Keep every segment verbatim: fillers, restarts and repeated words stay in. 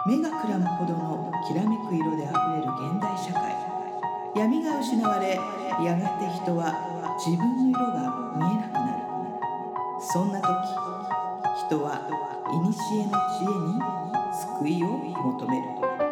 目がくらむほどのきらめく色であふれる現代社会。闇が失われ、やがて人は自分の色が見えなくなる。そんな時、人は古の知恵に救いを求める。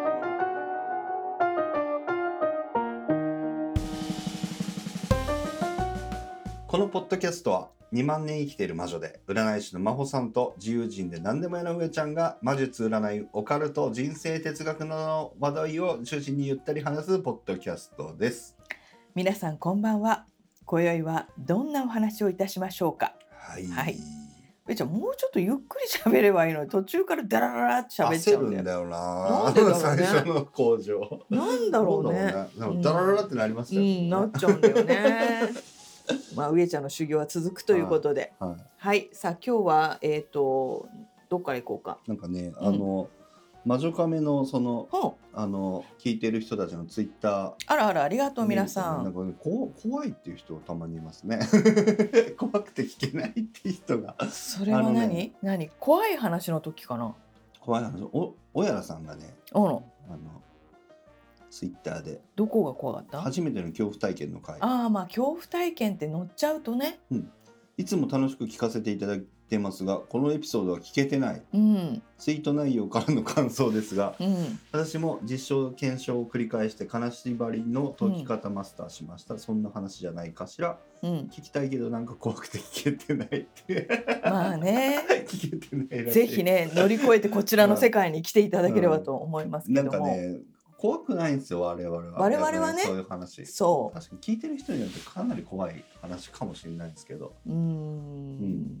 このポッドキャストはにまんねん生きている魔女で占い師の真帆さんと自由人で何でも屋の上ちゃんが魔術、占い、オカルト、人生哲学などの話題を中心にゆったり話すポッドキャストです。 皆さんこんばんは。今宵はどんなお話をいたしましょうか。 はい、 はい、えちゃんもうちょっとゆっくり喋ればいいのに途中からダラダラって喋っちゃうんだよ。 焦るんだよな。 なんでだろうね。 最初の工場なんだろうね。 でもダラダラってなりましたよね、 うん、なっちゃうんだよねまあ上ちゃんの修行は続くということで、 はい、はい、 はい、さあ今日はえっ、ー、とどっから行こうか。 なんかね、あの、うん、魔女カメのその、 うん、 あの聞いてる人たちのツイッター、 あらあらありがとう皆さん。 なんか、ね、こ怖いっていう人たまにいますね怖くて聞けないっていう人が。 それは何、ね、何怖い話の時かな。 怖い話。おおやらさんがね、 あのあのツイッターでどこが怖かった？ 初めての恐怖体験の回。 ああ、まあ恐怖体験って乗っちゃうとね、 うん、いつも楽しく聞かせていただいてますが、このエピソードは聞けてない、 うん、 ツイート内容からの感想ですが、 うん、 私も実証検証を繰り返して金縛りの解き方マスターしました、うん、そんな話じゃないかしら、うん、聞きたいけどなんか怖くて聞けてないってまあね聞けてないらしい。 ぜひね乗り越えてこちらの世界に来ていただければと思いますけども、 うん、なんかね怖くないんですよ我々は。 我々はね、 そういう話、 そう確かに聞いてる人によってかなり怖い話かもしれないですけど、 うーん、うん、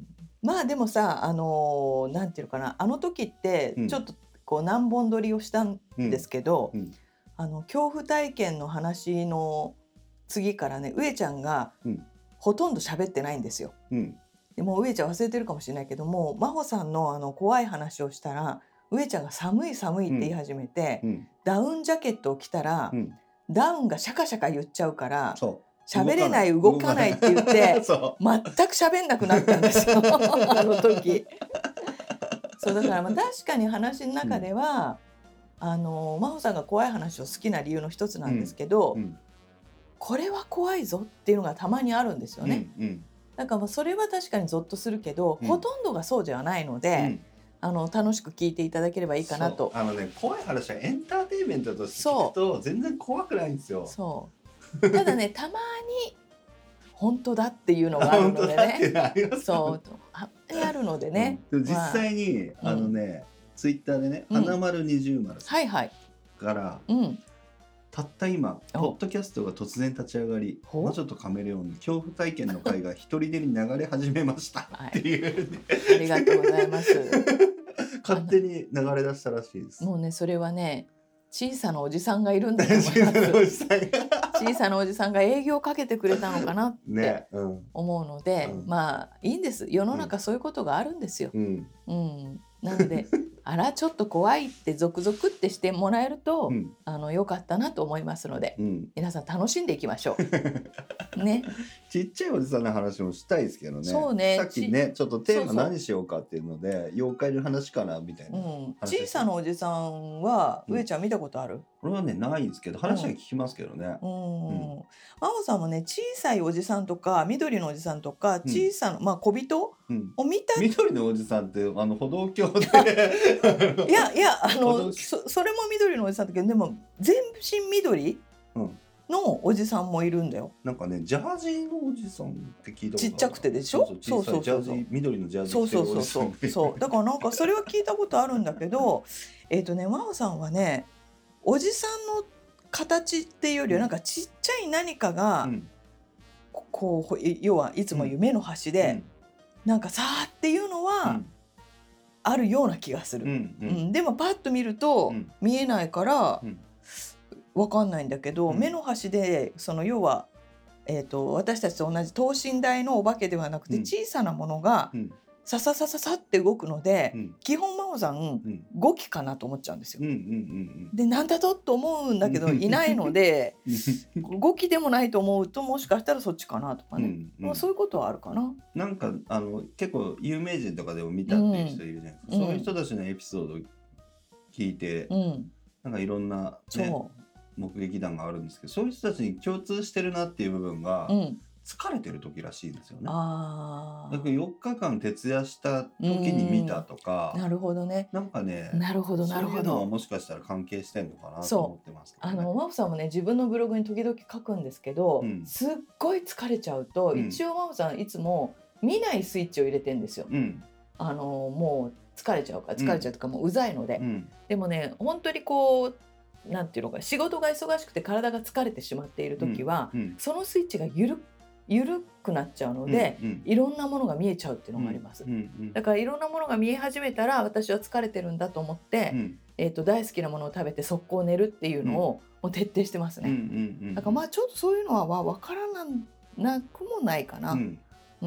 まあでもさ、あのー、なんていうのかな、あの時ってちょっとこう何本撮りをしたんですけど、うんうん、あの恐怖体験の話の次からね上ちゃんがほとんど喋ってないんですよ、うん、でもう上ちゃん忘れてるかもしれないけども、真帆さんのあの怖い話をしたら上ちゃんが寒い寒いって言い始めて、うんうん、ダウンジャケットを着たら、うん、ダウンがシャカシャカ言っちゃうから喋れない動かないって言って全く喋んなくなったんですよあの時そうだからまあ確かに話の中では、うん、あの真帆さんが怖い話を好きな理由の一つなんですけど、うんうん、これは怖いぞっていうのがたまにあるんですよね、うんうん、だからまあそれは確かにゾッとするけど、うん、ほとんどがそうではないので、うん、あの楽しく聞いていただければいいかなと。 あのね、怖い話はエンターテインメントとして聞くと全然怖くないんですよ。 そうただねたまに本当だっていうのがあるのでねそうああるのでね、 うん、実際に、まあ、あのね、うん、ツイッターでね、うん、花丸二重丸さんから、はいはい、うん、たった今ポッドキャストが突然立ち上がり魔女とカメレオンの恐怖体験の会が一人でに流れ始めましたっていう、ね、 はい、ありがとうございます勝手に流れ出したらしいです。 もうねそれはね小さなおじさんがいるんだと思います小さなおじさんが営業をかけてくれたのかなって思うので、ね、うん、まあいいんです。世の中そういうことがあるんですよ、うんうん、なのであらちょっと怖いってゾクゾクってしてもらえると、うん、あのよかったなと思いますので、うん、皆さん楽しんでいきましょうね。 ちっちゃいおじさんの話もしたいですけどね。そうね、さっきねちょっとテーマ何しようかっていうのでそうそう妖怪の話かなみたいな、うん、 小さなおじさんは、うん、上ちゃん見たことある？ これはねないんですけど話は聞きますけどね。 うんうん、真帆さんもね小さいおじさんとか緑のおじさんとか小さな、うん、まあ小人を見た、 うん、緑のおじさんってあの歩道橋でいやいやあの そ, それも緑のおじさんだけどでも全身緑、うんのおじさんもいるんだよ。 なんかねジャージーのおじさんって聞いたことある。 ちっちゃくてでしょ。 そうそうそうそう緑のジャージー着てるおじさん。そうそうそうそうだからなんかそれは聞いたことあるんだけどえっとね真帆さんはねおじさんの形っていうよりはなんかちっちゃい何かが、うん、こう要はいつも夢の端で、うん、なんかさーっていうのは、うん、あるような気がする、うんうんうん、でもパッと見ると、うん、見えないから、うんわかんないんだけど、うん、目の端でその要は、えーと、私たちと同じ等身大のお化けではなくて、うん、小さなものが、うん、さささささって動くので、うん、基本真帆さん、うん、ごきかなと思っちゃうんですよ、うんうんうんうん、でなんだとと思うんだけどいないのでごきでもないと思うともしかしたらそっちかなとかね、うんうんまあ、そういうことはあるかな。 なんかあの結構有名人とかでも見たっていう人いるじゃないですか、うん、そういう人たちのエピソード聞いて、うん、なんかいろんな、ね、目撃談があるんですけど、そういう人たちに共通してるなっていう部分が、うん、疲れてる時らしいんですよね。あだからよっかかん徹夜した時に見たとか、 なるほどね。 なんかね、 なるほどなるほど。 そういうのはもしかしたら関係してんのかなと思ってますけどね。 あの真帆さんもね、自分のブログに時々書くんですけど、うん、すっごい疲れちゃうと、うん、一応真帆さんいつも見ないスイッチを入れてんですよ。うん、あのもう疲れちゃうから疲れちゃうとか、もううざいので、うん、でもね本当にこうなんていうのか、仕事が忙しくて体が疲れてしまっている時は、うんうん、そのスイッチが緩く緩くなっちゃうので、うんうん、いろんなものが見えちゃうっていうのがあります、うんうんうん、だからいろんなものが見え始めたら私は疲れてるんだと思って、うん、えーと、大好きなものを食べて速攻寝るっていうのを、もう徹底してますね、うんうんうん、だからまあちょっとそういうのは分からなくもないかな、うんうん、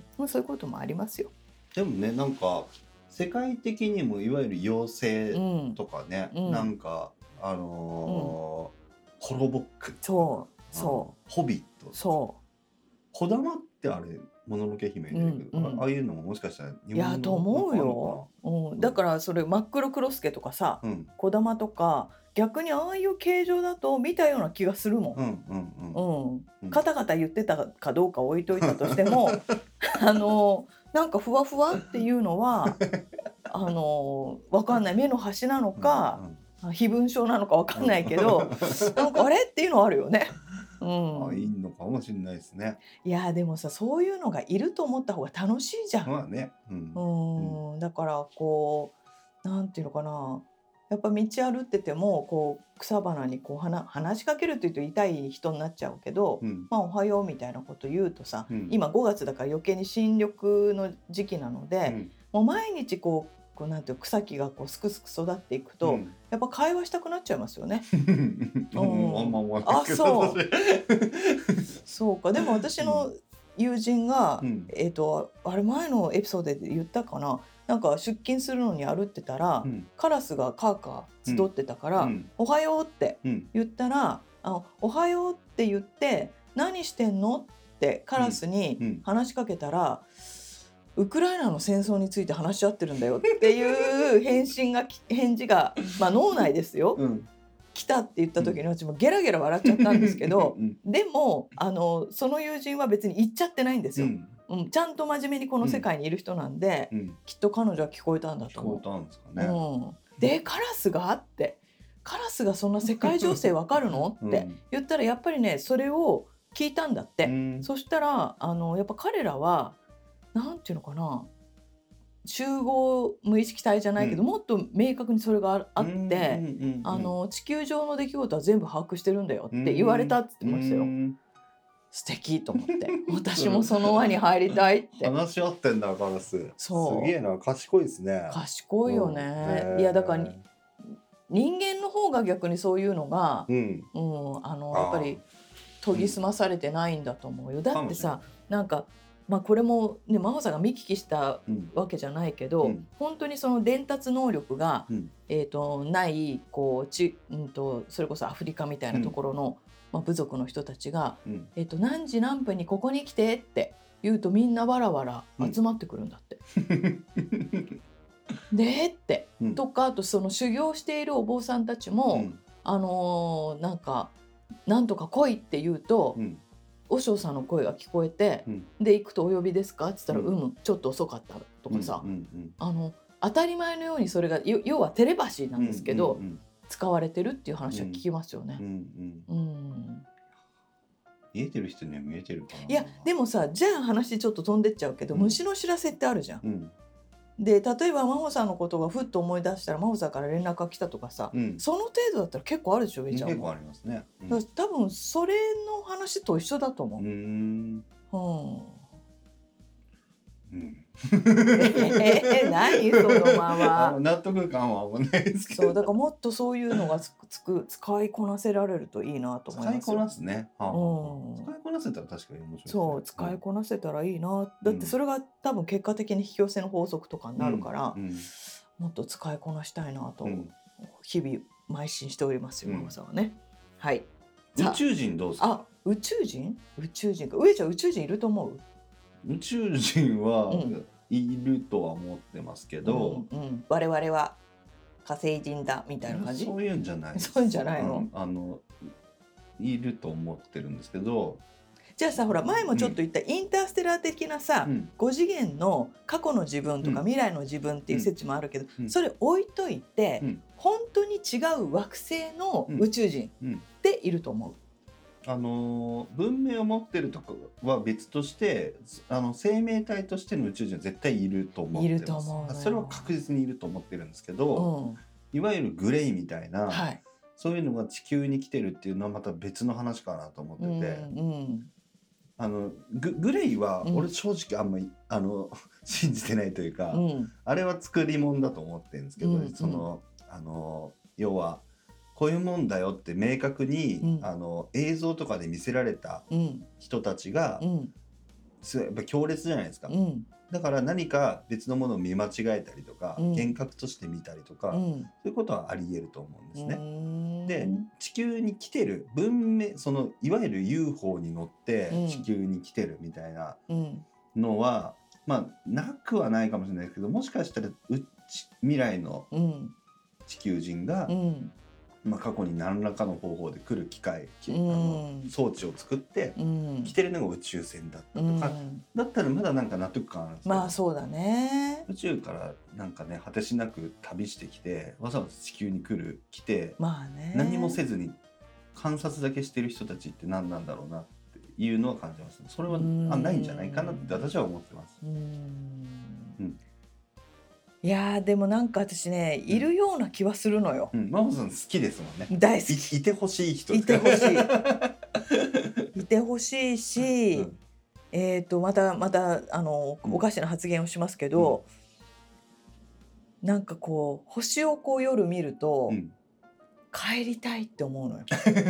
そういうこともありますよ。 でもね、なんか世界的にもいわゆる妖精とかね、うんうん、なんかあのーうん、ホロボック、 そうそう、 ホビット、 そうこだまってあれもののけ姫に出てくる、うんうん、ああいうのももしかしたら日本のいやと思うよ、うん、だからそれ真っ黒クロスケとかさ、こだまとか逆にああいう形状だと見たような気がするもん、うんうんうん、カタカタ言ってたかどうか置いといたとしてもあのなんかふわふわっていうのはあのわかんない、目の端なのか、うんうん、飛蚊症なのかわかんないけど、なんかあれっていうのはあるよね。うん、 あ、いいのかもしれないですね。 いやでもさ、そういうのがいると思った方が楽しいじゃん。 まあね、うん、 うん、だからこうなんていうのかな、やっぱ道歩っててもこう草花にこう話話しかけるというと痛い人になっちゃうけど、うん、まあおはようみたいなこと言うとさ、うん、今ごがつだから余計に新緑の時期なので、うん、もう毎日こうこうなんていう草木がこうすくすく育っていくと、うん、やっぱ会話したくなっちゃいますよね。うん、あ、そうそうか。でも私の友人が、うん、えーと、あれ前のエピソードで言ったかな、なんか出勤するのに歩ってたら、うん、カラスがカーカー集ってたから、うん、おはようって言ったら、うん、あおはようって言って何してんのってカラスに話しかけたら、ウクライナの戦争について話し合ってるんだよっていう返信が返事が、まあ、脳内ですよ、うん、来たって言った時に私もゲラゲラ笑っちゃったんですけど、うん、でもあのその友人は別に言っちゃってないんですよ、うんうん、ちゃんと真面目にこの世界にいる人なんで、うん、きっと彼女は聞こえたんだと思う。 聞こえたんですかね、 うん、でカラスがあってカラスがそんな世界情勢わかるのって言ったらやっぱりねそれを聞いたんだって、うん、そしたらあのやっぱ彼らはなんていうのかな、集合無意識体じゃないけど、うん、もっと明確にそれがあって、あの地球上の出来事は全部把握してるんだよって言われたって言ってましたよ。素敵と思って私もその輪に入りたいって話し合ってんだカラス。そうすげえな、賢いですね。 賢いよね、うん、いやだから人間の方が逆にそういうのが、うんうん、あのやっぱり研ぎ澄まされてないんだと思うよ。だってさ、なんかまあ、これもね真帆さんが見聞きしたわけじゃないけど、うん、本当にその伝達能力が、うん、えー、とないこうち、うんと、それこそアフリカみたいなところの、うんまあ、部族の人たちが、うんえー、と何時何分にここに来てって言うとみんなわらわら集まってくるんだって。うんでって、うん、とかあとその修行しているお坊さんたちも、うん、あのー、なんかなんとか来いって言うと、うん和尚さんの声が聞こえて、うん、で行くとお呼びですかって言ったら、うん、うん、ちょっと遅かったとかさ、うんうんうん、あの当たり前のようにそれが要はテレパシーなんですけど、うんうんうん、使われてるっていう話は聞きますよね。うんうんうん、 見えてる人には見えてるかな。 いやでもさ、じゃあ話ちょっと飛んでっちゃうけど、うん、虫の知らせってあるじゃん。うんで例えば真帆さんのことがふっと思い出したら真帆さんから連絡が来たとかさ、うん、その程度だったら結構あるでしょ。上ちゃんも結構ありますね、 うん、多分それの話と一緒だと思う。うーん、うんうん、えー、何そのまま納得感はあんまないですけど、 そうだからもっとそういうのがつくつく使いこなせられるといいなと思いますよ。 使いこなすね、はあうん、使いこなせたら確かに面白いですね。 そう使いこなせたらいいな、だってそれが多分結果的に引き寄せの法則とかになるから、うんうん、もっと使いこなしたいなと、うん、日々邁進しておりますよ、真帆さんはね。はい。 宇宙人どうですか？ あ、宇宙人？宇宙人か。上ちゃん宇宙人いると思う？ 宇宙人は、うん、いるとは思ってますけど、 うんうん、我々は火星人だみたいな感じ。 そういうんじゃない。 そういうんじゃないの。 あのいると思ってるんですけど。 じゃあさ、ほら前もちょっと言ったインターステラー的なさ、うん、ご次元の過去の自分とか未来の自分っていう説もあるけど、うん、それ置いといて、うん、本当に違う惑星の宇宙人っていると思う。 あの文明を持ってるとかは別として、あの生命体としての宇宙人は絶対いると思ってます。いると思う。それは確実にいると思ってるんですけど、うん、いわゆるグレイみたいな、はい、そういうのが地球に来てるっていうのはまた別の話かなと思ってて、うんうん、あの グ, グレイは俺正直あんまり、うん、あの信じてないというか、うん、あれは作り物だと思ってるんですけど、うんうん、そのあの要はこういうもんだよって明確に、うん、あの映像とかで見せられた人たちが、うん、やっぱ強烈じゃないですか、うん、だから何か別のものを見間違えたりとか、うん、幻覚として見たりとか、うん、そういうことはあり得ると思うんですね。で地球に来てる文明、そのいわゆる ユーフォー に乗って地球に来てるみたいなのは、うん、まあなくはないかもしれないですけど、もしかしたらう未来の地球人が、うん、まあ、過去に何らかの方法で来る機械、うん、あの装置を作って来てるのが宇宙船だったとか、うん、だったらまだなんか納得感あるんですけど、 まあそうだね、 宇宙からなんかね果てしなく旅してきてわざわざ地球に来る来て、まあね、何もせずに観察だけしてる人たちって何なんだろうなっていうのは感じます、ね、それはあないんじゃないかなって私は思ってます。うん、 うんいやでもなんか私ね、いるような気はするのよ。 うん、マモさん好きですもんね。 大好き。 い, いてほしい人。 いてほしい。いてほしいし、うん、えっとまたまたあの、うん、おかしな発言をしますけど、うん、なんかこう星をこう夜見ると、うん、帰りたいって思うのよ。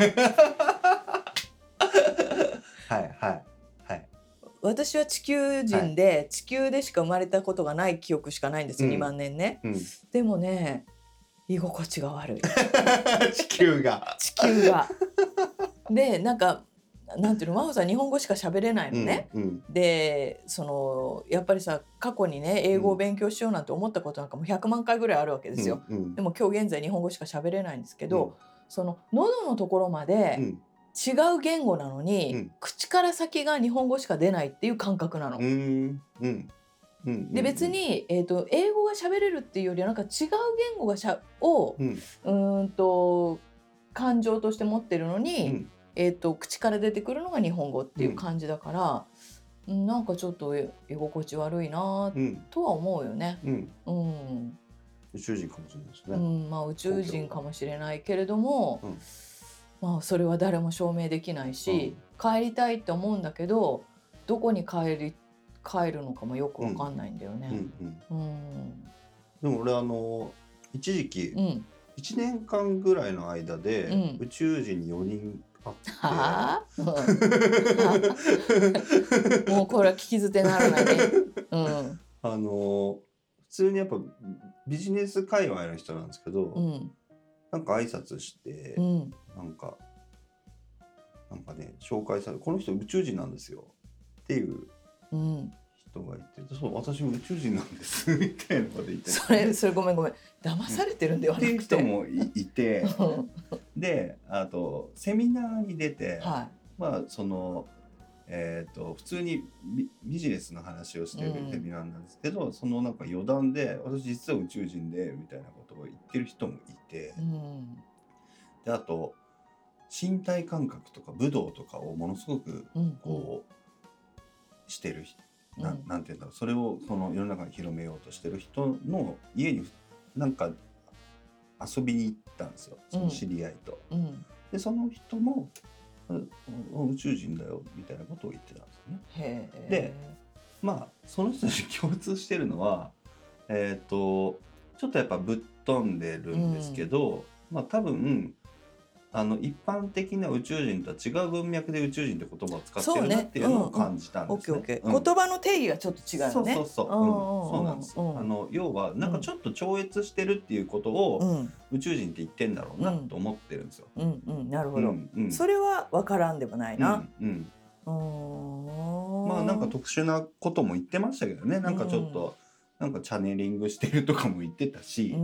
はいはい。 私は地球人で、はい、地球でしか生まれたことがない記憶しかないんですよ、うん、にまんねんね、うん、でもね居心地が悪い。 地球が地球がでなんかなんていうの、真帆さん日本語しか喋れないのね、うんうん、でそのやっぱりさ過去にね英語を勉強しようなんて思ったことなんかもうひゃくまんかいぐらいあるわけですよ、うんうん、でも今日現在日本語しか喋れないんですけど、うん、その喉のところまで、うん違う言語なのに、うん、口から先が日本語しか出ないっていう感覚なの。うんうんうん、で別に、えーと、英語が喋れるっていうよりはなんか違う言語がしゃを、うん、うんと感情として持ってるのに、うんえーと、口から出てくるのが日本語っていう感じだから、うん、なんかちょっと居心地悪いなとは思うよね。うんうん、 宇宙人かもしれないですね。 うんまあ、宇宙人かもしれないけれども、うんまあ、それは誰も証明できないし、うん、帰りたいって思うんだけどどこに帰り帰るのかもよく分かんないんだよね。うんうんうん、 でも俺あの一時期、うん、いちねんかんぐらいの間で、うん、宇宙人によにん会って、はあ、もうこれは聞き捨てならないね。うん、 あの普通にやっぱビジネス界隈の人なんですけど、うんなんか挨拶して、うん、なんかなんかね紹介されこの人宇宙人なんですよっていう人がいて、うん、そう私も宇宙人なんですみたいなこと言って、 それそれごめんごめん騙されてるんではなくて、 うん、っていう人も い, いてであとセミナーに出て、はい、まあそのえー、と普通に ビ, ビジネスの話をしてるセミナーなんですけど、うん、そのなんか余談で私実は宇宙人でみたいなことを言ってる人もいて、うん、であと身体感覚とか武道とかをものすごくこう、うん、してる人、うん、な, なんていうんだろうそれをその世の中に広めようとしてる人の家になんか遊びに行ったんですよ、その知り合いと、うん、でその人も宇宙人だよみたいなことを言ってたんですよね。へー。でまあその人たち共通してるのはえっ、ー、とちょっとやっぱぶっ飛んでるんですけど、うん、まあ多分あの一般的な宇宙人とは違う文脈で宇宙人って言葉を使ってるなっていうのを感じたんですね。 言葉の定義がちょっと違うよね。 そうそうそう、うん、そうなんです。あの要はなんかちょっと超越してるっていうことを宇宙人って言ってんだろうなと思ってるんですよ。 うんうん、なるほど、うんうん。それは分からんでもないな。うんうん、 まあなんか特殊なことも言ってましたけどね。なんかちょっと、 なんかチャネリングしてるとかも言ってたし、うん、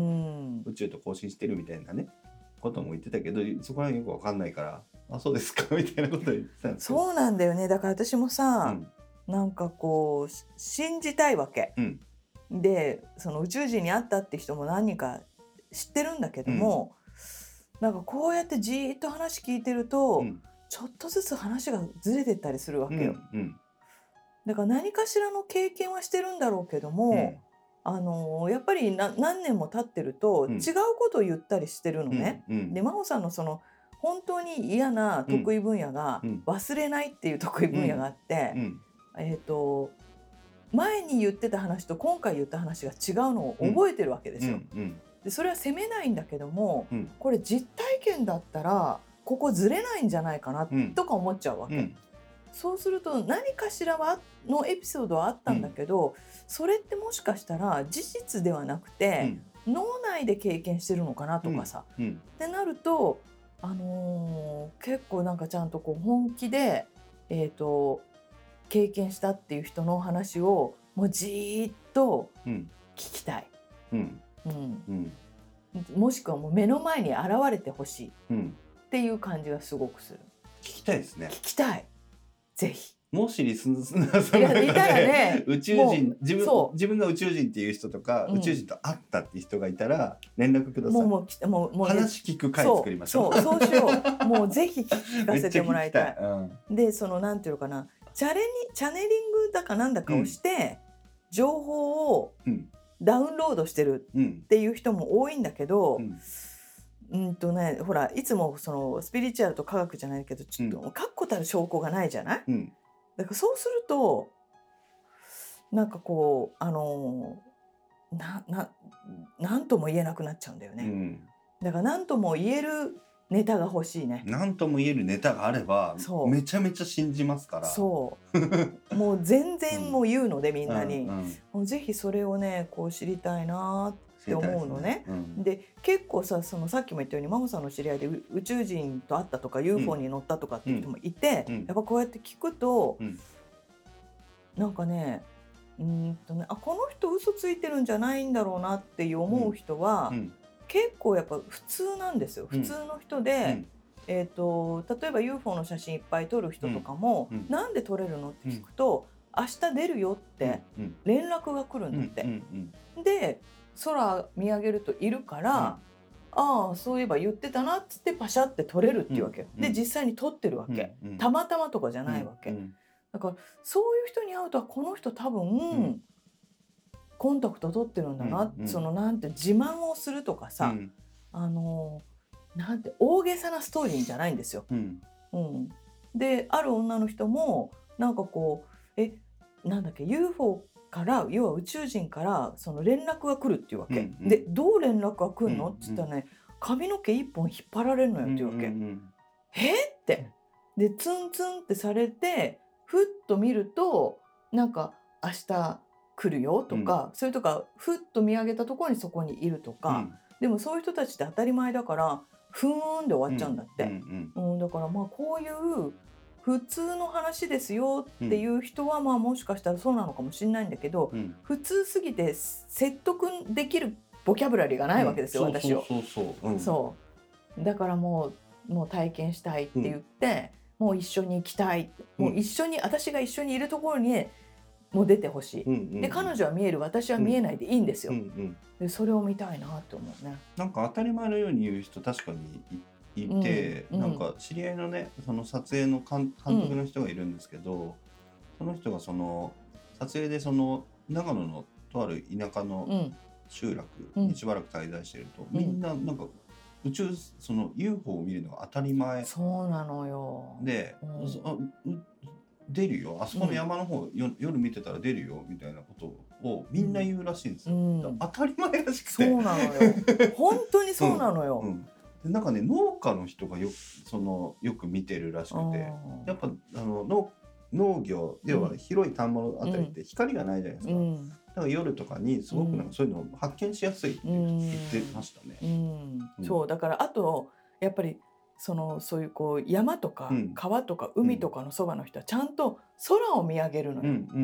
宇宙と交信してるみたいなねことも言ってたけど、そこはよく分かんないから「あそうですか」みたいなこと言ってたんですよ。 そうなんだよね。だから私もさ、うん、なんかこう信じたいわけ、うん、でその宇宙人に会ったって人も何人か知ってるんだけども、うん、なんかこうやってじーっと話聞いてると、うん、ちょっとずつ話がずれてったりするわけよ、うんうん、だから何かしらの経験はしてるんだろうけども、うん、あのやっぱりな何年も経ってると違うことを言ったりしてるのね、うんうん、で真帆さんのその本当に嫌な得意分野が忘れないっていう得意分野があって、うんうん、えーと前に言ってた話と今回言った話が違うのを覚えてるわけですよ、うんうん、でそれは責めないんだけども、うん、これ実体験だったらここずれないんじゃないかなとか思っちゃうわけ、うん、そうすると何かしらはのエピソードはあったんだけど、うん、それってもしかしたら事実ではなくて、うん、脳内で経験してるのかなとかさ、うんうん、ってなると、あのー、結構なんかちゃんとこう本気で、えーと経験したっていう人のお話をもうじーっと聞きたい、うんうんうん、もしくはもう目の前に現れてほしいっていう感じがすごくする。 聞きたいですね。 聞きたい、ぜひ。 もしリスナーさんの中でいたら、ね、宇宙人自分自分が宇宙人っていう人とか、うん、宇宙人と会ったっていう人がいたら連絡ください。もうもうもう話聞く会作りましょう。 そうそうそうしよう。もうぜひ聞かせてもらいたい。うん、でそのなんていうのかな。チャレにチャネリングだかなんだかをして、うん、情報をダウンロードしてるっていう人も多いんだけど、うん、うんとね、ほらいつもそのスピリチュアルと科学じゃないけどちょっと確固たる証拠がないじゃない、うん、だからそうするとなんかこうあのなななんとも言えなくなっちゃうんだよね、うん、だからなんとも言えるネタが欲しいね。 なんとも言えるネタがあればめちゃめちゃ信じますから。 そうもう全然もう言うので、うん、みんなに、うんうん、もうぜひそれをねこう知りたいなって思うのね。で、ねうん、で結構さそのさっきも言ったように真帆さんの知り合いで宇宙人と会ったとか ユーフォー に乗ったとかっていう人もいて、うん、やっぱこうやって聞くと、うん、なんかねうんとねあこの人嘘ついてるんじゃないんだろうなっていう思う人は、うんうん結構やっぱ普通なんですよ。普通の人で、うん、えーと、例えば ユーフォー の写真いっぱい撮る人とかも、うん、なんで撮れるのって聞くと、うん、明日出るよって連絡が来るんだって、うんうん、で空見上げるといるから、うん、ああそういえば言ってたなっつってパシャって撮れるっていうわけ、うん、で実際に撮ってるわけ、うん、たまたまとかじゃないわけ、うん、だからそういう人に会うとこの人多分、うんコンタクト取ってるんだな、うんうん、そのなんて自慢をするとかさ、うん、あのなんて大げさなストーリーじゃないんですよ、うんうん、である女の人もなんかこうえなんだっけ ユーフォー から要は宇宙人からその連絡が来るっていうわけ、うんうん、でどう連絡が来るの、うんうん、って言ったらね髪の毛一本引っ張られるのよっていうわけ、うんうんうん、えってでツンツンってされてふっと見るとなんか明日来るよとか、うん、それとかふっと見上げたところにそこにいるとか、うん、でもそういう人たちって当たり前だからふーんで終わっちゃうんだって、うんうんうん、だからまあこういう普通の話ですよっていう人はまあもしかしたらそうなのかもしれないんだけど、うん、普通すぎて説得できるボキャブラリーがないわけですよ、うん、私を。そうそうそうそう、うん、そうだからもう、もう体験したいって言って、うん、もう一緒に行きたい、うん、もう一緒に私が一緒にいるところにもう出てほしい、うんうんうん、で彼女は見える私は見えないでいいんですよ、うんうんうん、でそれを見たいなって思うね。 なんか当たり前のように言う人確かにいて、うんうん、なんか知り合いのねその撮影の監督の人がいるんですけど、うん、その人がその撮影でその長野のとある田舎の集落にしばらく滞在してると、うん、みんななんか宇宙その ユーフォー を見るのが当たり前そうなのよで、うん、出るよあそこの山の方、うん、よ夜見てたら出るよみたいなことをみんな言うらしいんですよ、うん、当たり前らしくてそうなのよ本当にそうなのよ、うんうん、なんかね農家の人がよそのよく見てるらしくてやっぱあの 農, 農業要は広い田んぼのあたりって光がないじゃないですか、うん、だから夜とかにすごくなんかそういうのを発見しやすいって言ってましたね、うんうんうん、そうだからあとやっぱりそのそういうこう山とか川とか海とかのそばの人はちゃんと空を見上げるのよ、うんうん、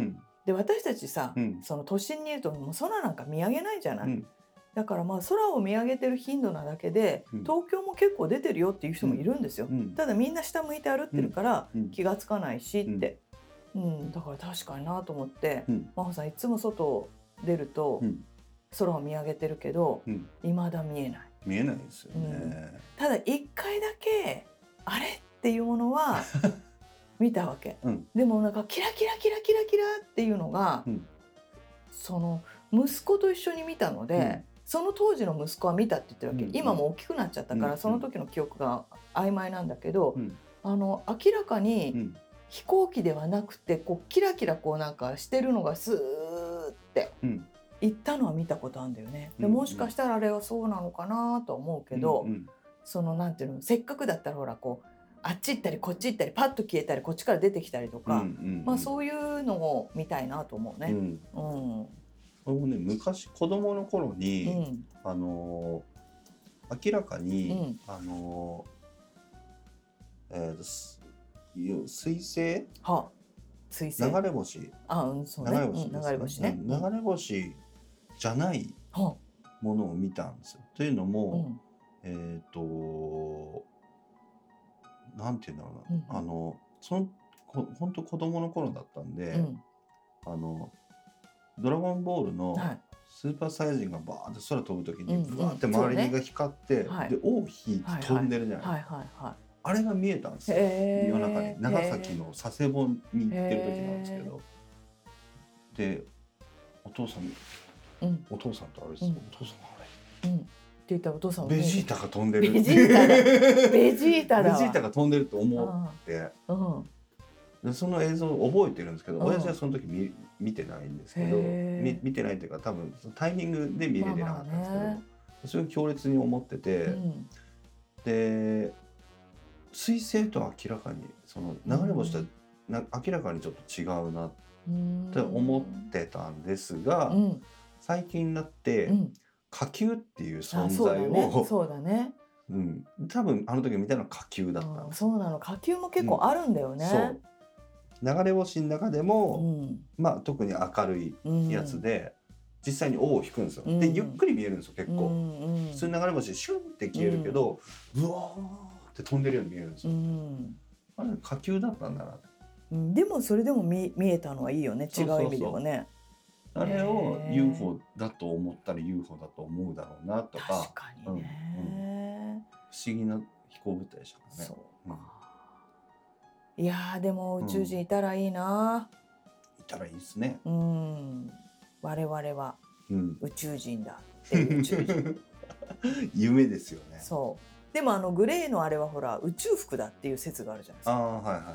で私たちさ、うん、その都心にいるともう空なんか見上げないじゃない、うん、だからまあ空を見上げてる頻度なだけで、うん、東京も結構出てるよっていう人もいるんですよ、うん、ただみんな下向いて歩ってるから気がつかないしって、うんうん、だから確かになと思って、うん、真帆さんいつも外出ると空を見上げてるけど、うん、未だ見えない見えないですよね、うん、 ただ一回だけあれっていうものは見たわけ、うん、でもなんかキラキラキラキラキラっていうのが、うん、その息子と一緒に見たので、うん、その当時の息子は見たって言ってるわけ、うん、今も大きくなっちゃったから、うん、その時の記憶が曖昧なんだけど、うん、あの明らかに飛行機ではなくてこうキラキラこうなんかしてるのがスーって行ったのは見たことあるんだよね、うん、でもしかしたらあれはそうなのかなと思うけど、うんうん、そのなんていうのせっかくだったらほらこうあっち行ったりこっち行ったりパッと消えたりこっちから出てきたりとか、うんうんうん、まあ、そういうのを見たいなと思うね。うんうん、俺もね昔子供の頃に、うん、あのー、明らかに、うん、あのーえー、水星、はあ、水星流れ星、 あ、うん、そうね、流れ星ですね、うん、流れ星ね、 流れ星じゃないものを見たんですよ。というのも、うん、えっ、ー、となんていうんだろうな、うん、あのそのこ本当子供の頃だったんで、うん、あのドラゴンボールのスーパーサイヤ人がバーって空飛ぶ時にブワーって周りが光って、うんうんね、で尾を引いて飛んでるじゃないですか。あれが見えたんですよ、夜中に長崎の佐世保に行ってる時なんですけど、でお父さん、うん、お父さんとあれです、うん、お父さんあれ、うんって言ったらお父さんはベジータが飛んでるベジータだベジータだベジータが飛んでると思って、うん、でその映像を覚えてるんですけど、うん、親父はその時 見, 見てないんですけど、見, 見てないっていうか多分タイミングで見れてなかったんですけど、まあまあね、それを強烈に思ってて、うん、で水星と明らかにその流れ星とな明らかにちょっと違うなって思ってたんですが、うん、最近になって、うん火球っていう存在をそうだね、 うん、多分あの時見たのは火球だったんです。 そうなの、火球も結構あるんだよね、うん、そう流れ星の中でも、うん、まあ特に明るいやつで、うん、実際に尾を引くんですよ、うん、でゆっくり見えるんですよ結構、うんうん、普通に流れ星シュンって消えるけど、うん、ブワーって飛んでるように見えるんですよ、うん、あれ火球だったんだな、 うん、でもそれでも 見, 見えたのはいいよね、違う意味でもね。 あれを ユーフォー だと思ったら ユーフォー だと思うだろうなとか、 確かにね、うんうん、 不思議な飛行物体でしたね。そうか、 うん、いやでも宇宙人いたらいいな、 うん、いたらいいですね、 うん、我々は宇宙人だっていう宇宙人夢ですよね。 そうでもあのグレーのあれはほら宇宙服だっていう説があるじゃないですか。 あ、はいはい、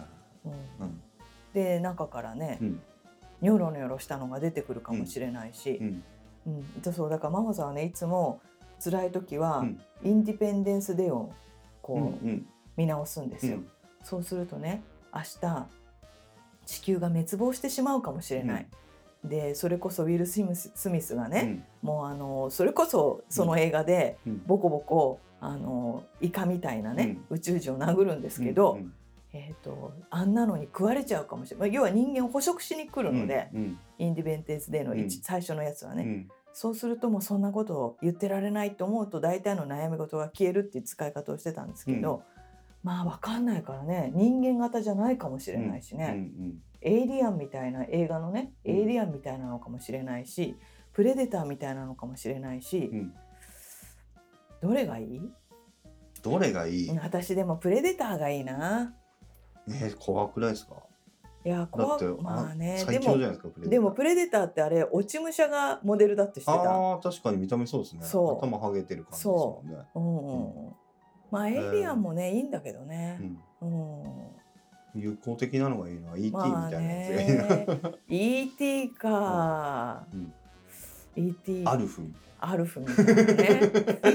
うんうん、で中からね、うんニョロニョロしたのが出てくるかもしれないし、うんうんうん、そうだから真帆さんはねいつも辛い時は、うん、インディペンデンスデーをこう、うんうん、見直すんですよ、うん、そうするとね明日地球が滅亡してしまうかもしれない、うん、でそれこそウィル・スミス、スミスがね、うん、もうあのそれこそその映画でボコボコあのイカみたいなね、うん、宇宙人を殴るんですけど、うんうんえー、とあんなのに食われちゃうかもしれない、要は人間を捕食しに来るので、うんうん、インディペンデンスデーの、うん、最初のやつはね、うん、そうするともうそんなことを言ってられないと思うと大体の悩み事が消えるっていう使い方をしてたんですけど、うん、まあ分かんないからね人間型じゃないかもしれないしね、うんうんうん、エイリアンみたいな映画のね、うん、エイリアンみたいなのかもしれないしプレデターみたいなのかもしれないし、うん、どれがいい？ どれがいい？ 私でもプレデターがいいな。 えー、怖くないですか？ いや怖くまあね最強じゃないですか。 でも、でもプレデターってあれ落ち武者がモデルだって知ってた？ ああ確かに見た目そうですね。頭剥げてる感じですもんね。そう、うんうんうん、 まあエイリアンもね、えー、いいんだけどね、うんうん、有効的なのがいいのは イーティー みたいなやつがいいな、まあ、 イーティー か、うん、イーティーアルフみたいなアルフみたいなね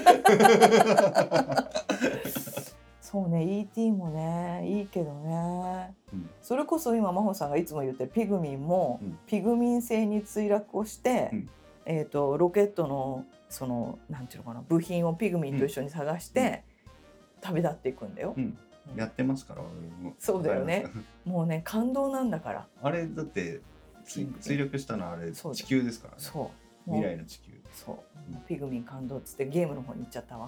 そうね イーティー もねいいけどね、うん、それこそ今真帆さんがいつも言ってるピグミンも、うん、ピグミン星に墜落をして、うんえー、とロケットのそのなんていうのかな部品をピグミンと一緒に探して、うん、旅立っていくんだよ、 うんうん、やってますからそうだよねもうね感動なんだからあれだって墜落したのはあれ地球ですからね。そう未来の地球。 そう、うん、ピグミン感動っつってゲームの方に行っちゃったわ。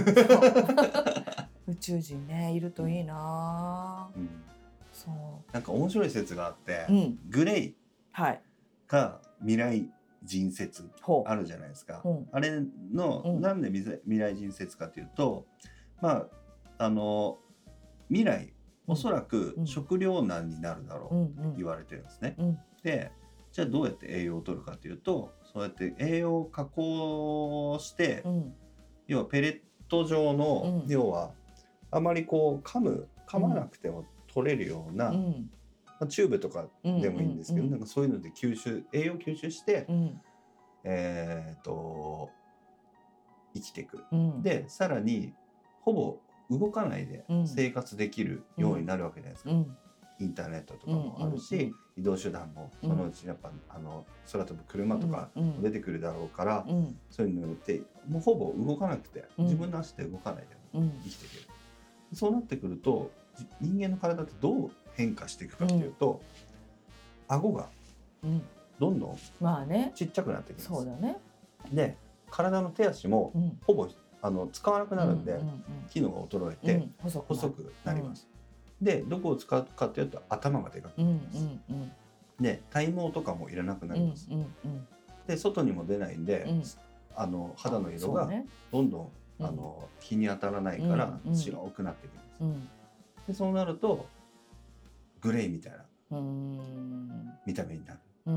宇宙人ねいるといいな、うん、 そうなんか面白い説があって、うん、グレイが未来人説あるじゃないですか、うん、あれの、うん、なんで未来人説かというと、まああの未来おそらく食糧難になるだろうと言われてるんですね、うんうん、でじゃあどうやって栄養を取るかというと、そうやって栄養を加工して、うん、要はペレット状の、うん、要はあまりこう噛む噛まなくても取れるような、うんまあ、チューブとかでもいいんですけど、うんうんうん、なんかそういうので吸収栄養吸収して、うん、えー、と生きていく、うん、でさらにほぼ動かないで生活できるようになるわけじゃないですか、うん、インターネットとかもあるし、うんうんうん、移動手段もそのうちやっぱ、うん、あの空飛ぶ車とか出てくるだろうから、うん、そういうのによってもうほぼ動かなくて、うん、自分の足で動かないでも生きていける、うん、そうなってくると人間の体ってどう変化していくかというと、うん、顎がどんどんちっちゃくなっていくんです、 そうだね、 で体の手足もほぼ、うん、あの使わなくなるんで、うんうんうん、機能が衰えて、うん、細くなる、細くなります、うん、でどこを使うかというと頭がでかくなります、うんうんうん、で体毛とかもいらなくなります、うんうんうん、で外にも出ないんで、うん、あの肌の色がどんどん、ね、あの日に当たらないから白くなっていくんです、うんうん、でそうなるとグレーみたいな見た目になる、うん、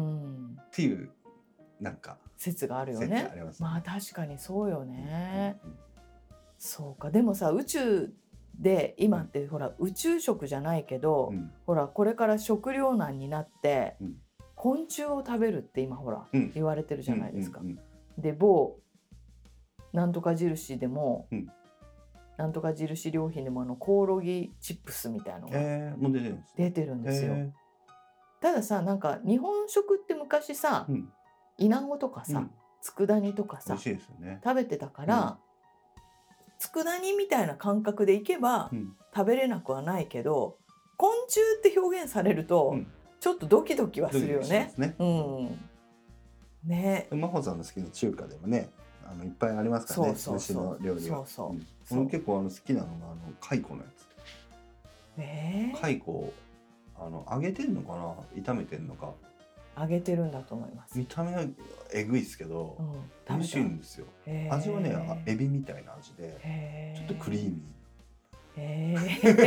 っていうなんか説があるよね。ありますね。まあ確かにそうよね、うんうんうん、そうか。でもさ宇宙で今って、うん、ほら宇宙食じゃないけど、うん、ほらこれから食糧難になって、うん、昆虫を食べるって今ほら、うん、言われてるじゃないですか、うんうんうん、で某なんとか印でも、うん、なんとか印良品でもあのコオロギチップスみたいなのが出てるんですよ、えー、たださなんか日本食って昔さ、うんイナゴとかさ、うん、佃煮とかさ、 美味しいですよね、 食べてたから、うん、佃煮みたいな感覚でいけば、うん、食べれなくはないけど昆虫って表現されると、うん、ちょっとドキドキはするよね。ね、うん、ね。 真帆さんの好きな中華でもねあのいっぱいありますからね、そうそうそう、虫の料理は。そうそう、うん、俺結構あの好きなのがあの蚕のやつ。えー、蚕をあの揚げてんのかな炒めてんのか。 揚げてるんだと思います。 見た目はえぐいですけど、うん、美味しいんですよ。味はねエビみたいな味でちょっとクリーミー。へ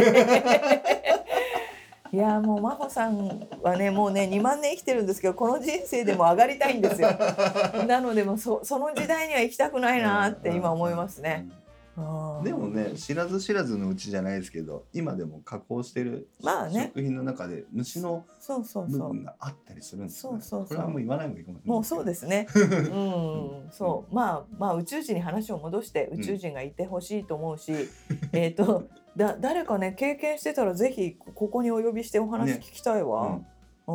ーいやもう真帆さんはねもうねにまんねん生きてるんですけどこの人生でも上がりたいんですよ。なのでも そ, その時代には行きたくないなって今思いますね。うんでもね知らず知らずのうちじゃないですけど今でも加工してる食品の中で虫の部分があったりするんですよね。これはもう言わない方がいいかもしれない。 もうそうですね。うん、そう、まあまあ宇宙人に話を戻して宇宙人がいてほしいと思うし、うん、えっとだ誰かね経験してたらぜひここにお呼びしてお話聞きたいわ。ねうん、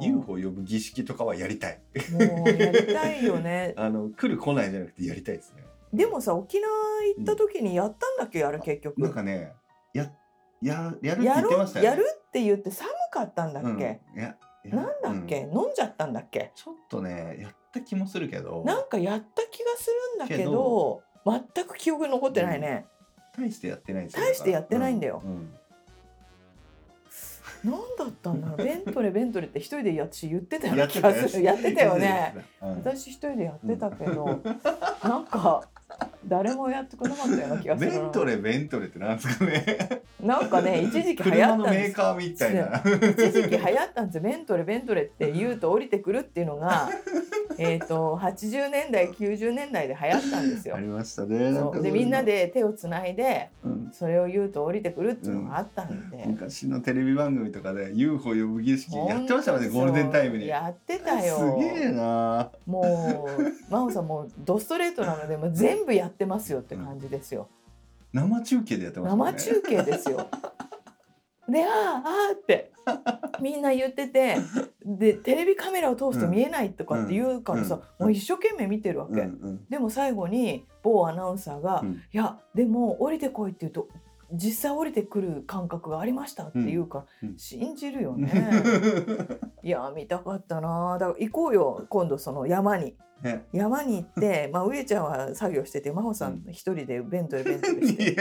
ユーフォー 呼ぶ儀式とかはやりたい。 もうやりたいよね。 あの来る来ないじゃなくてやりたいですね。 でもさ沖縄行った時にやったんだっけ、うん、あれ結局なんかね や, や, やるって言ってましたよね。 やるって言って寒かったんだっけ、うん、やなんだっけ、うん、飲んじゃったんだっけ。 ちょっとねやった気もするけどなんかやった気がするんだけど全く記憶残ってないね、 うん、大してやってないですよ。 大してやってないんだよ、うんうん何だったんだろうベントレベントレって一人で私言ってたような気がする。やってたよね、うん、私一人でやってたけど、うん、なんか誰もやってくれなかったような気がする。 ベントレベントレってなんですかね。 なんかね一時期流行ったんですよ。車のメーカーみたいな一時期流行ったんですよ。ベントレベントレって言うと降りてくるっていうのがえっとはちじゅうねんだいきゅうじゅうねんだいで流行ったんですよ。 ありましたね。 そうでみんなで手をつないで、うん、それを言うと降りてくるっていうのがあったんで、うん、 昔のテレビ番組とかで ユーフォー 呼ぶ儀式やってましたもんね。ゴールデンタイムにやってたよ。 すげえな。 もう真帆さんもうドストレートなのでもう全部やってますよって感じですよ、 うん、生中継でやってましたね。 生中継ですよであーあーってみんな言っててでテレビカメラを通すと見えないとかって言うからさ、うんうん、もう一生懸命見てるわけ、うんうん、でも最後に某アナウンサーが、うん、いやでも降りてこいって言うと実際降りてくる感覚がありましたって言うから、うんうん、信じるよねいや見たかったな。だから行こうよ今度その山に、ね、山に行って、まあ、上ちゃんは作業してて真帆さん一人でベントでベントでして、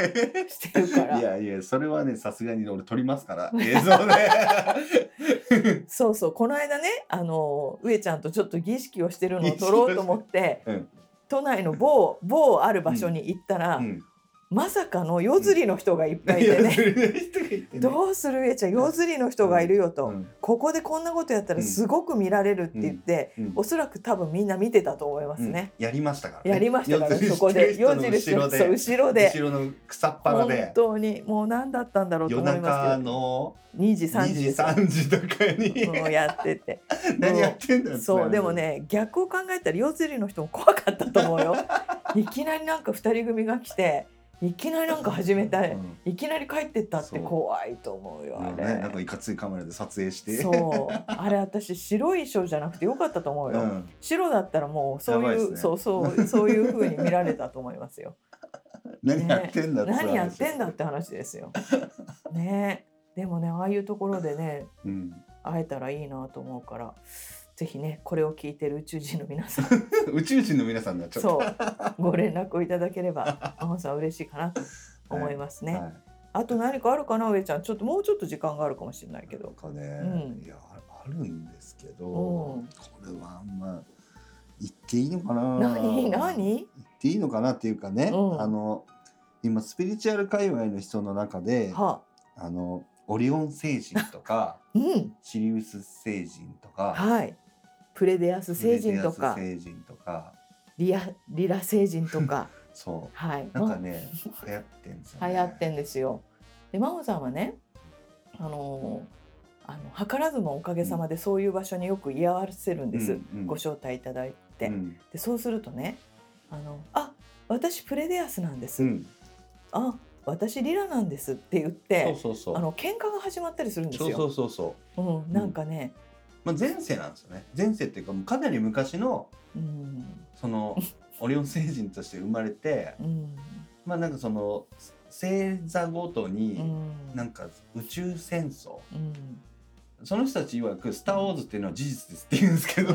してるからいやいやそれはねさすがに俺撮りますから映像でそうそうこの間ねあの上ちゃんとちょっと儀式をしてるのを撮ろうと思って、うん、都内の某某ある場所に行ったら、うんうんまさかの夜釣りの人がいっぱいいてね、うん、どうする上ちゃん夜釣りの人がいるよと、うん、ここでこんなことやったらすごく見られるって言って、うんうん、おそらく多分みんな見てたと思いますね、 うん、やりましたからねやりましたからそこで夜釣りの人後ろで後ろの草っぱらで本当にもう何だったんだろうと思いますけど夜中のにじさんじさんじとかにもうやってて何やってんだよそうでもね逆を考えたら夜釣りの人も怖かったと思うよいきなりなんかふたり組が来ていきなりなんか始めたい、うん、いきなり帰ってったって怖いと思うよあれ、 ね、なんかいかついカメラで撮影してそうあれ私白い衣装じゃなくてよかったと思うよ、うん、白だったらもうそういう、ね、そうそうそういう風に見られたと思いますよ何やってんだって、 ね、何やってんだって話ですよねでもねああいうところでね、うん、会えたらいいなと思うからぜひねこれを聞いてる宇宙人の皆さん宇宙人の皆さんになっちゃったそうご連絡をいただければ真帆さん嬉しいかなと思いますね、はいはい、あと何かあるかな上ちゃんちょっともうちょっと時間があるかもしれないけどなんかね、うん、いやあるんですけど、うん、これはあんま言っていいのかな何何言っていいのかなっていうかね、うん、あの今スピリチュアル界隈の人の中で、はあ、あのオリオン星人とか、うん、シリウス星人とか、 はい、プレデアス星人とか星人とかリアリラ星人とかそう、 はい、 なんかね流行ってんですよね流行ってんですよで真帆さんはねあのあの図らずもおかげさまでそういう場所によく居合わせるんです、うんうん、ご招待いただいて、うん、でそうするとねあのあ私プレデアスなんです、うん、あ私リラなんですって言ってそうそうそうあの喧嘩が始まったりするんですよそうそうそうそう、 うん、なんかね、 うんまあ、前世なんですよね前世っていうかかなり昔の、うん、そのオリオン星人として生まれて、うん、まあなんかその星座ごとになんか宇宙戦争、うん、その人たち曰くスターウォーズっていうのは事実ですって言うんですけど、うん、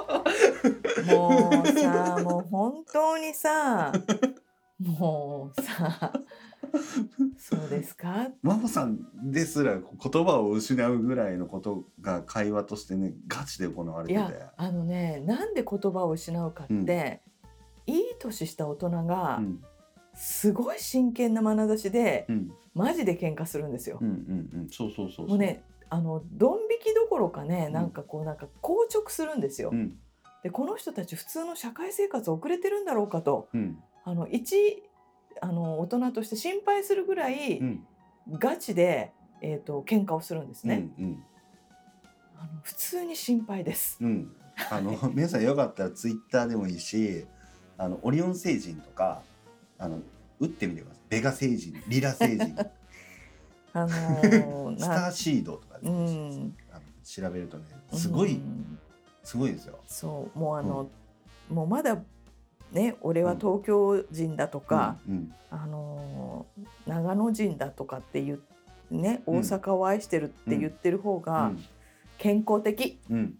もうさもう本当にさもうさそうですかママさんですら言葉を失うぐらいのことが会話としてねガチで行われてていやあのねなんで言葉を失うかって、うん、いい年した大人が、うんすごい真剣な眼差しで、うん、マジで喧嘩するんですよ。 そうそうそう。 もうね、あのドン引きどころかね、なんかこうなんか硬直するんですよ。うん、でこの人たち普通の社会生活遅れてるんだろうかと、うん、あの一あの大人として心配するぐらい、うん、ガチでえっと喧嘩をするんですね。うんうん、あの普通に心配です。 うん、あの皆さんよかったらツイッターでもいいし、あのオリオン星人とか。あの打ってみてください。ベガ星人、リラ星人、あのー、スターシードとかで、ねうん、あの調べるとねすごい、うん、すごいですよ。 そうもうあの、うん、もうまだね俺は東京人だとか、うんうん、あのー、長野人だとかっていうね大阪を愛してるって言ってる方が健康的。うん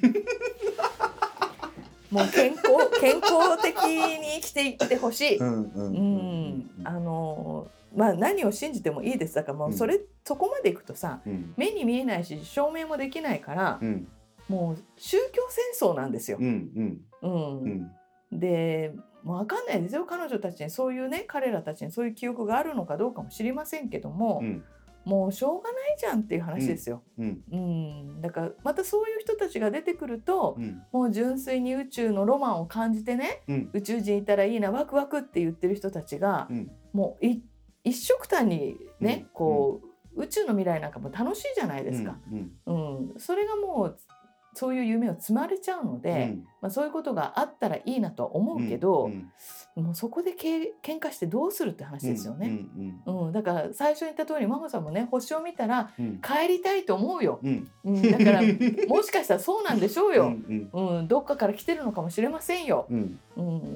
もう健康健康的に生きていってほしい。あのまあ何を信じてもいいです。だからもうそれ、うん、そこまでいくとさ、うん、目に見えないし証明もできないから、うん、もう宗教戦争なんですよ。うんうんうん、でもう分かんないですよ彼女たちにそういうね彼らたちにそういう記憶があるのかどうかも知りませんけども。うんもうしょうがないじゃんっていう話ですよ、うんうん、だからまたそういう人たちが出てくると、うん、もう純粋に宇宙のロマンを感じてね、うん、宇宙人いたらいいなワクワクって言ってる人たちが、うん、もうい一緒くたにね、うん、こう、うん、宇宙の未来なんかも楽しいじゃないですか、うんうんうん、それがもうそういう夢を積まれちゃうので、うんまあ、そういうことがあったらいいなとは思うけど、うんうん、もうそこでけ喧嘩してどうするって話ですよね、うんうんうん、だから最初に言った通り真帆さんもね星を見たら帰りたいと思うよ、うんうん、だからもしかしたらそうなんでしょうよ、うんうんうん、どっかから来てるのかもしれませんよ、うんうん、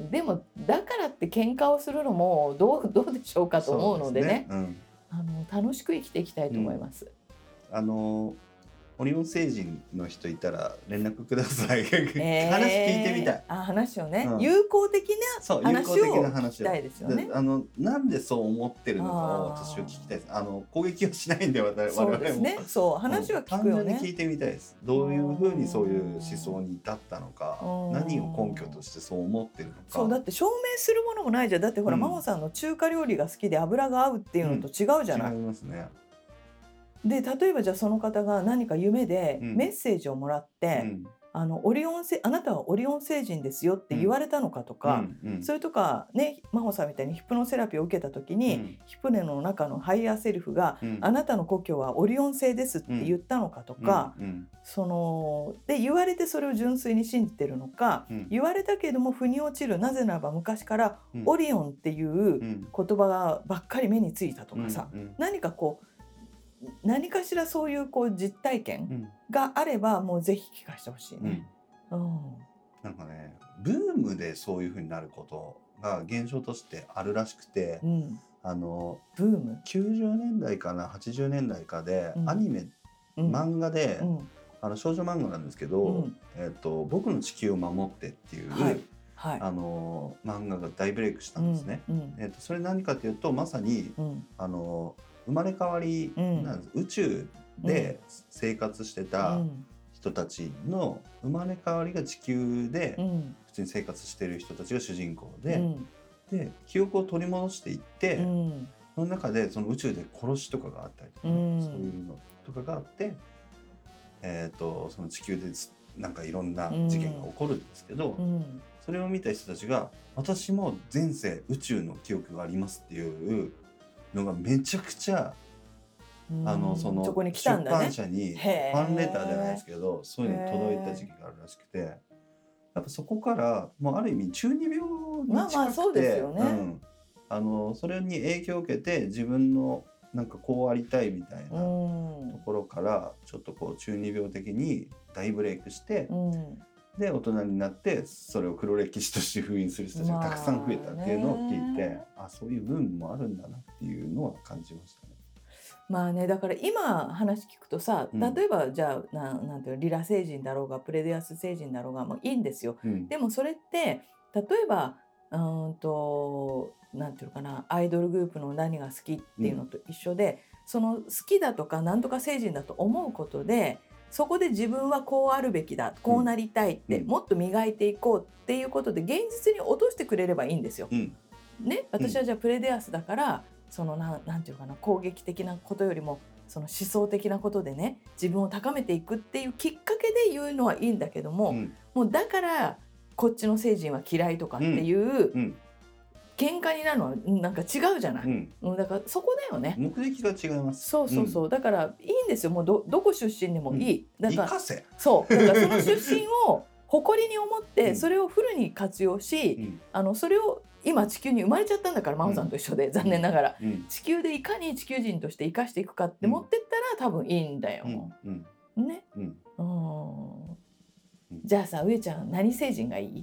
でもだからって喧嘩をするのもどう、どうでしょうかと思うのでね、うん、あの楽しく生きていきたいと思います、 うん、あのオリオン星人の人いたら連絡ください、えー、話聞いてみたい。 あ、話をね、うん、友好的な話を聞きたいですよね。 あのなんでそう思ってるのかを私は聞きたいです。あの攻撃はしないんで我々も。 そうですね。そう話は聞くよね。 単純に聞いてみたいです。どういうふうにそういう思想に至ったのか、何を根拠としてそう思ってるのか。 そうだって証明するものもないじゃん。だってほら、うん、真帆さんの中華料理が好きで油が合うっていうのと違うじゃない。 うん、違いますね。 で例えばじゃあその方が何か夢でメッセージをもらって、うん、あのオリオン星あなたはオリオン星人ですよって言われたのかとか、うんうん、それとかね真帆さんみたいにヒプノセラピーを受けた時に、うん、ヒプネの中のハイヤーセルフが、うん、あなたの故郷はオリオン星ですって言ったのかとか、うんうん、そので言われてそれを純粋に信じてるのか、うん、言われたけれども腑に落ちる、なぜならば昔からオリオンっていう言葉ばっかり目についたとかさ、うんうん、何かこう何かしらそういうこう実体験があれば、うん、もうぜひ聞かせてほしいね、うんうん、 なんかねブームでそういう風になることが現象としてあるらしくて、うん、あのブームきゅうじゅうねんだいかなはちじゅうねんだいかで、うん、アニメ、うん、漫画で、うん、あの少女漫画なんですけど、うんえーと、僕の地球を守ってっていう、はいはい、あの漫画が大ブレイクしたんですね、うんうんえーと、それ何かというとまさに、うん、あの生まれ変わりなんです、うん、宇宙で生活してた人たちの生まれ変わりが地球で普通に生活してる人たちが主人公で、うん、で記憶を取り戻していって、うん、その中でその宇宙で殺しとかがあったりとか、うん、そういうのとかがあって、えーと、その地球でなんかいろんな事件が起こるんですけど、うん、それを見た人たちが私も前世宇宙の記憶がありますっていうのがめちゃくちゃあのその出版社にファンレターじゃないですけどそういうのに届いた時期があるらしくて、やっぱそこからもうある意味中二病に近くて、まあまあそうですよね、うん、あのそれに影響を受けて自分のなんかこうありたいみたいなところからちょっとこう中二病的に大ブレイクして、うん、で大人になってそれを黒歴史として封印する人たちがたくさん増えたっていうのを聞いて、まあ、あそういう部分もあるんだなっていうのは感じましたね。 まあね、だから今話聞くとさ、例えばじゃあ な, なんていうのリラ星人だろうがプレデアス星人だろうがもういいんですよ、うん、でもそれって例えばうんとなんていうのかなアイドルグループの何が好きっていうのと一緒で、うん、その好きだとかなんとか星人だと思うことでそこで自分はこうあるべきだこうなりたいって、うん、もっと磨いていこうっていうことで現実に落としてくれればいいんですよ、うんね、私はじゃあプレデアスだからそのななんていうかな攻撃的なことよりもその思想的なことでね自分を高めていくっていうきっかけで言うのはいいんだけども、うん、もうだからこっちの星人は嫌いとかっていう、うんうん、喧嘩になるのはなんか違うじゃない、うん、だからそこだよね目的が違います。 そうそうそう、うん、だからいいんですよもう ど, どこ出身でもいい、 うん、だから生かせそうだからその出身を誇りに思ってそれをフルに活用し、うん、あのそれを今地球に生まれちゃったんだから真帆さんと一緒で、うん、残念ながら、うん、地球でいかに地球人として生かしていくかって持ってったら多分いいんだよ、うんうん、ね、うんうん、じゃあさ上ちゃん何星人がいい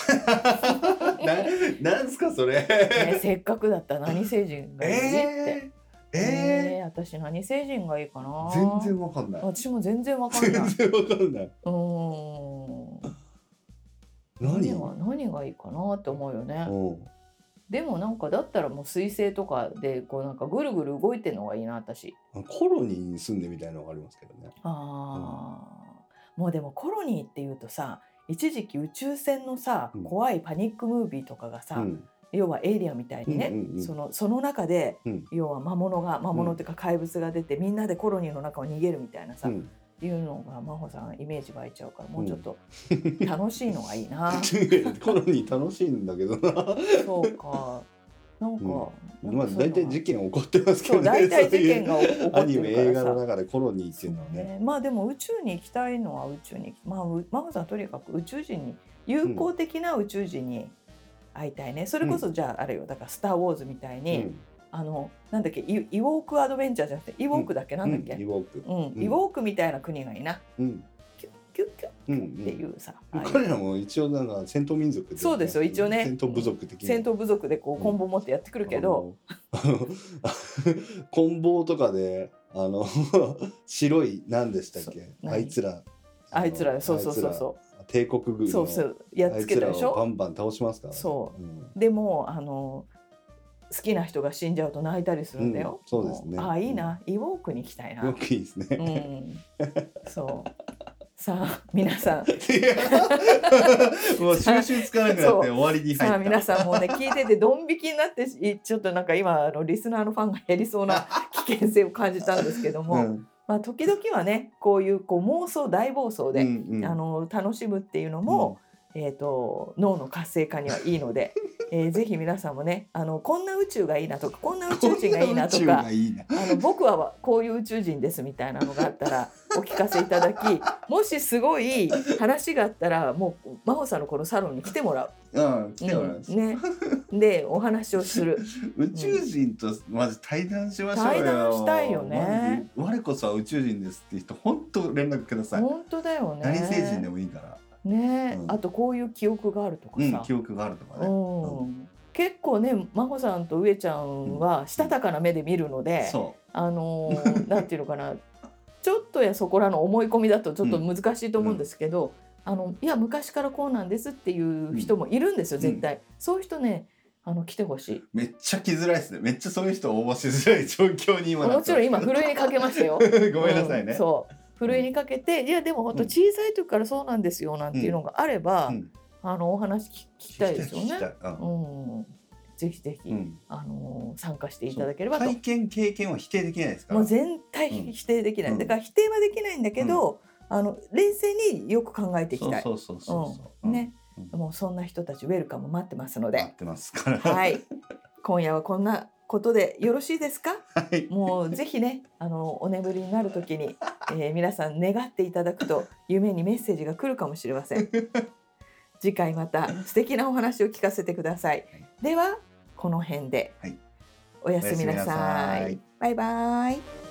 な, なんすかそれ、 ね、せっかくだったら何星人がいいって、えーえー、私何星人がいいかな。 全然わかんない。 私も全然わかんない。 全然わかんない。 うーん。何が何がいいかなって思うよね。でもなんかだったらもう水星とかでこうなんかぐるぐる動いてるのがいいな私。 コロニーに住んでみたいなのがありますけどね。 ああ、うん、もうでもコロニーっていうとさ、一時期宇宙船のさ、うん、怖いパニックムービーとかがさ。うん要はエイリアンみたいにね、うんうんうん、その、その中で、うん、要は魔物が魔物っていうか怪物が出て、うん、みんなでコロニーの中を逃げるみたいなさ、うん、いうのが真帆さんイメージ湧いちゃうからもうちょっと楽しいのがいいな、 うん、コロニー楽しいんだけどなそうかなんか、 うん、まあ大体事件起こってますけどね。 大体事件が起こってるからさ。 アニメ映画の中でコロニーっていうのはね。 ね、まあでも宇宙に行きたいのは宇宙に、まあマホさんとにかく宇宙人に友好的な宇宙人に会いたいね。それこそじゃああれよ、だからスターウォーズみたいに、うん、あのなんだっけ、イイウォークアドベンチャーじゃなくてイウォークだっけ、なんだっけ、 うん、イウォーク、 うん、イウォークみたいな国がいいな。うん、キュッキュッキュッキュッっていうさ、 うんうん、彼らも一応なんか戦闘民族で、ね、 そうですよ、一応ね、 戦闘部族的な、 戦闘部族でこう棍棒持ってやってくるけど、 棍棒とかであの白い何でしたっけ、あいつらあいつらそうそうそうそう、 帝国軍のそうそうやっつけたでしょ、 バンバン倒しますから、ね、 そう、うん、でもあの好きな人が死んじゃうと泣いたりするんだよ、 うん、そうですね、 ああいいな、うん、イウォークに行きたいな、 イウォークいいですね、 うん、そうさあ皆さんもう収集つかなくなって終わりに入った。 さあ皆さんもね聞いててドン引きになってちょっとなんか今あのリスナーのファンが減りそうな危険性を感じたんですけども、うん、まあ時々はねこういうこう妄想大暴走で、うんうん、あの楽しむっていうのも、うん、えーと、脳の活性化にはいいので、えー、ぜひ皆さんもねあのこんな宇宙がいいなとかこんな宇宙人がいいなとかいいなあの僕はこういう宇宙人ですみたいなのがあったらお聞かせいただき、もしすごい話があったらもう真帆さんのこのサロンに来てもらう。 うん、来てもらいます、 うん、ね、でお話をする。 宇宙人とまず対談しましょうよ。 対談したいよね。 我こそは宇宙人ですって人本当連絡ください。 本当だよね。 何星人でもいいから。 ね、うん、あとこういう記憶があるとかさ、 うん、記憶があるとかね、 うんうん、結構ね真帆さんと上ちゃんはしたたかな目で見るので、うん、あのー、なんていうのかなちょっとやそこらの思い込みだとちょっと難しいと思うんですけど、うん、あのいや昔からこうなんですっていう人もいるんですよ、絶対、うん、そういう人ねあの来てほしい。 めっちゃ来づらいですね。めっちゃそういう人応募しづらい状況に今なってます。 もちろん今ふるいにかけましたよごめんなさいね、 うん、そうふるいにかけて、いやでも本当小さい時からそうなんですよなんていうのがあれば、うん、あのお話聞きたいですよね。うん、ぜひぜひ、うん、あの参加していただければと。 体験経験は否定できないですから。 もう全体否定できない、うん、だから否定はできないんだけど、うん、あの冷静によく考えていきたい。 そうそうそうそう、 うん、ね、うん、もうそんな人たちウェルカム待ってますので。 待ってますから。 はい。今夜はこんなことでよろしいですか？ はい、 もうぜひねあのお眠りになる時に、えー、皆さん願っていただくと夢にメッセージが来るかもしれません。次回また素敵なお話を聞かせてください。ではこの辺で、はい、おやすみなさい。バイバイ。